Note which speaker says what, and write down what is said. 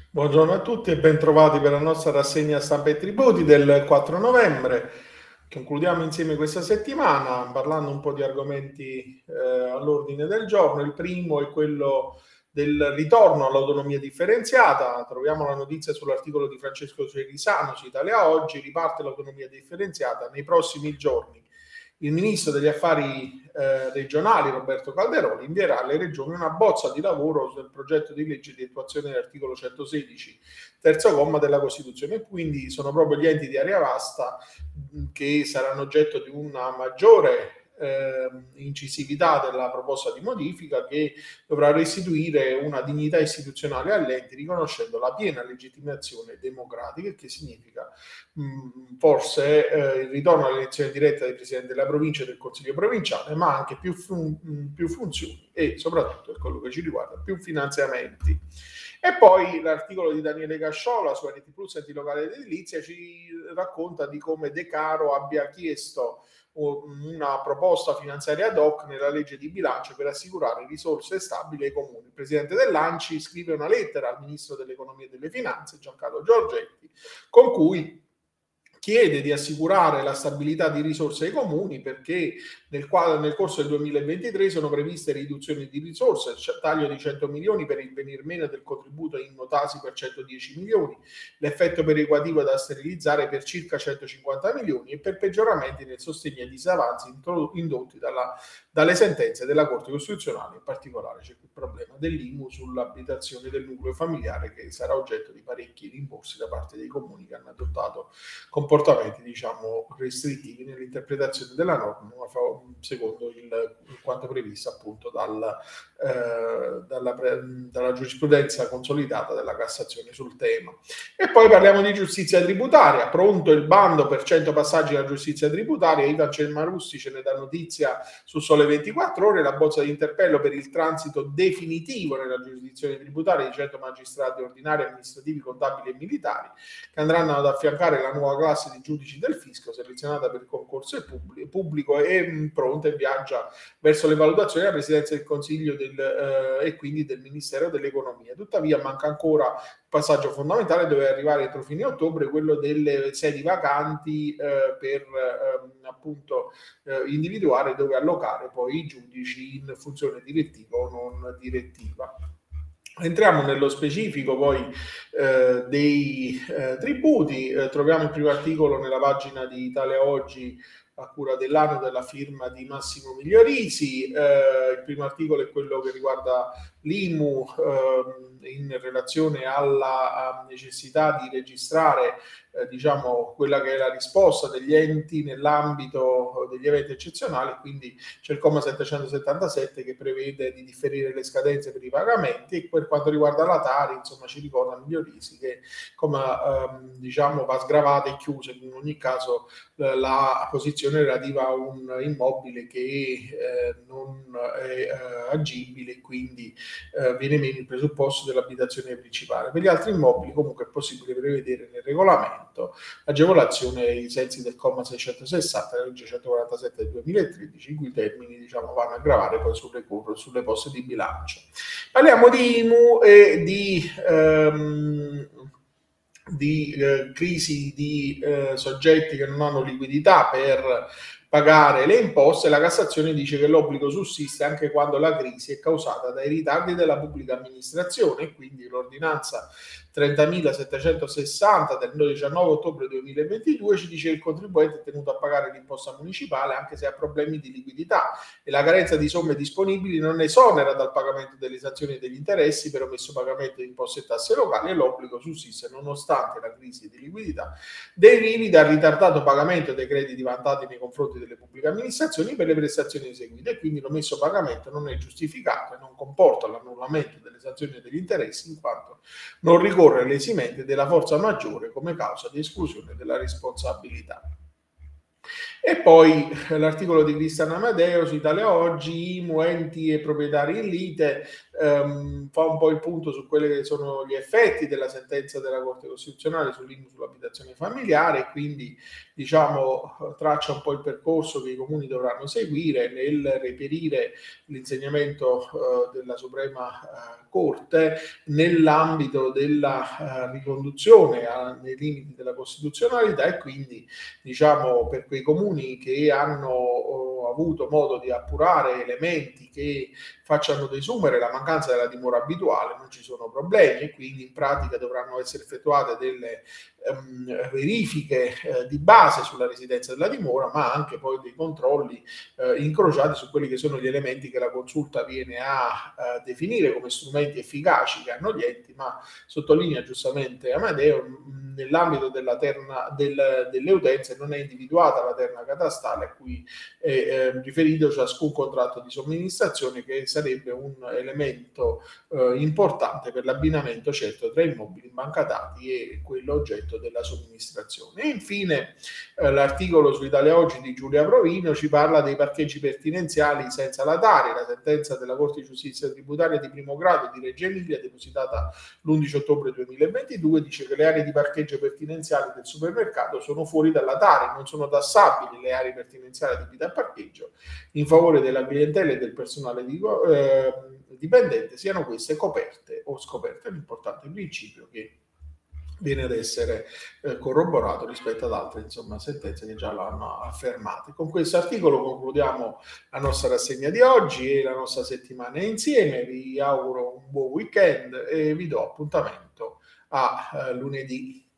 Speaker 1: Buongiorno a tutti e bentrovati per la nostra rassegna stampa e tributi del 4 novembre. Concludiamo insieme questa settimana parlando un po' di argomenti all'ordine del giorno. Il primo è quello del ritorno all'autonomia differenziata. Troviamo la notizia sull'articolo di Francesco Cerisano su Italia Oggi. Riparte l'autonomia differenziata nei prossimi giorni. Il ministro degli affari regionali Roberto Calderoli invierà alle regioni una bozza di lavoro sul progetto di legge di attuazione dell'articolo 116 terzo comma della Costituzione. Quindi sono proprio gli enti di area vasta che saranno oggetto di una maggiore incisività della proposta di modifica, che dovrà restituire una dignità istituzionale agli enti, riconoscendo la piena legittimazione democratica, che significa forse il ritorno all'elezione diretta del Presidente della provincia e del Consiglio provinciale, ma anche più funzioni e soprattutto, per quello che ci riguarda, più finanziamenti. E poi l'articolo di Daniele Casciola su Rete Plus Enti Locali ed Edilizia ci racconta di come De Caro abbia chiesto una proposta finanziaria ad hoc nella legge di bilancio per assicurare risorse stabili ai comuni. Il presidente dell'ANCI scrive una lettera al ministro dell'economia e delle finanze, Giancarlo Giorgetti, con cui chiede di assicurare la stabilità di risorse ai comuni, perché nel corso del 2023 sono previste riduzioni di risorse, taglio di 100 milioni per il venir meno del contributo in Notasi per 110 milioni, l'effetto perequativo da sterilizzare per circa 150 milioni e per peggioramenti nel sostegno ai disavanzi indotti dalle sentenze della Corte Costituzionale. In particolare c'è il problema dell'IMU sull'abitazione del nucleo familiare, che sarà oggetto di parecchi rimborsi da parte dei comuni che hanno adottato comportamenti, diciamo, restrittivi nell'interpretazione della norma, secondo quanto previsto appunto dalla giurisprudenza consolidata della Cassazione sul tema. E poi parliamo di giustizia tributaria. Pronto il bando per 100 passaggi della giustizia tributaria. Ivan Celmarussi ce ne dà notizia su Sole 24 Ore. La bozza di interpello per il transito definitivo nella giurisdizione tributaria di 100 magistrati ordinari, amministrativi, contabili e militari, che andranno ad affiancare la nuova classe di giudici del fisco selezionata per il concorso pubblico e pronta e viaggia verso le valutazioni della Presidenza del Consiglio e quindi del Ministero dell'Economia. Tuttavia manca ancora un passaggio fondamentale, dove arrivare entro fine ottobre, quello delle sedi vacanti per appunto individuare dove allocare poi i giudici in funzione direttiva o non direttiva. Entriamo nello specifico poi dei tributi. Troviamo il primo articolo nella pagina di Italia Oggi a cura dell'anno, della firma di Massimo Migliorisi. Il primo articolo è quello che riguarda l'IMU in relazione alla necessità di registrare diciamo quella che è la risposta degli enti nell'ambito degli eventi eccezionali. Quindi c'è il comma 777 che prevede di differire le scadenze per i pagamenti, e per quanto riguarda la Tari, insomma, ci ricorda Migliorisi che come diciamo va sgravata e chiusa in ogni caso la posizione relativa a un immobile che non è agibile, e quindi viene meno il presupposto dell'abitazione principale. Per gli altri immobili comunque è possibile prevedere nel regolamento agevolazione ai sensi del comma 660 della legge 147 del 2013, in cui i termini diciamo vanno a gravare poi sulle poste di bilancio. Parliamo di IMU e di crisi di soggetti che non hanno liquidità per pagare le imposte. La Cassazione dice che l'obbligo sussiste anche quando la crisi è causata dai ritardi della pubblica amministrazione, e quindi l'ordinanza 30.760 del 19 ottobre 2022 ci dice che il contribuente è tenuto a pagare l'imposta municipale anche se ha problemi di liquidità, e la carenza di somme disponibili non esonera dal pagamento delle sanzioni e degli interessi per omesso pagamento di imposte e tasse locali, e l'obbligo sussiste nonostante la crisi di liquidità derivi dal ritardato pagamento dei crediti vantati nei confronti delle pubbliche amministrazioni per le prestazioni eseguite, e quindi l'omesso pagamento non è giustificato e non comporta l'annullamento delle sanzioni e degli interessi, in quanto non ricorre all'esimente della forza maggiore come causa di esclusione della responsabilità. E poi l'articolo di Cristian Amadeo su Italia Oggi, IMU, enti e proprietari in lite. fa un po' il punto su quelli che sono gli effetti della sentenza della Corte Costituzionale sull'IMU sull'abitazione familiare, e quindi diciamo traccia un po' il percorso che i comuni dovranno seguire nel reperire l'insegnamento della Suprema Corte nell'ambito della riconduzione nei limiti della costituzionalità, e quindi diciamo per quei comuni che hanno avuto modo di appurare elementi che facciano desumere la mancanza della dimora abituale non ci sono problemi, e quindi in pratica dovranno essere effettuate delle verifiche di base sulla residenza della dimora, ma anche poi dei controlli incrociati su quelli che sono gli elementi che la consulta viene a definire come strumenti efficaci che hanno gli enti, ma sottolinea giustamente Amadeo, nell'ambito delle utenze non è individuata la terna catastale a cui è riferito ciascun contratto di somministrazione, che sarebbe un elemento importante per l'abbinamento certo tra immobili in banca dati e quello oggetto della somministrazione. E infine l'articolo su Italia Oggi di Giulia Provino ci parla dei parcheggi pertinenziali senza la Tari. La sentenza della Corte di Giustizia Tributaria di primo grado di Reggio Emilia, depositata l'11 ottobre 2022, dice che le aree di parcheggio pertinenziali del supermercato sono fuori dalla Tari, non sono tassabili le aree pertinenziali adibite a parcheggio in favore della clientela e del personale dipendente, siano queste coperte o scoperte. L'importante principio che viene ad essere corroborato rispetto ad altre sentenze che già l'hanno affermato. Con questo articolo concludiamo la nostra rassegna di oggi e la nostra settimana insieme. Vi auguro un buon weekend e vi do appuntamento a lunedì.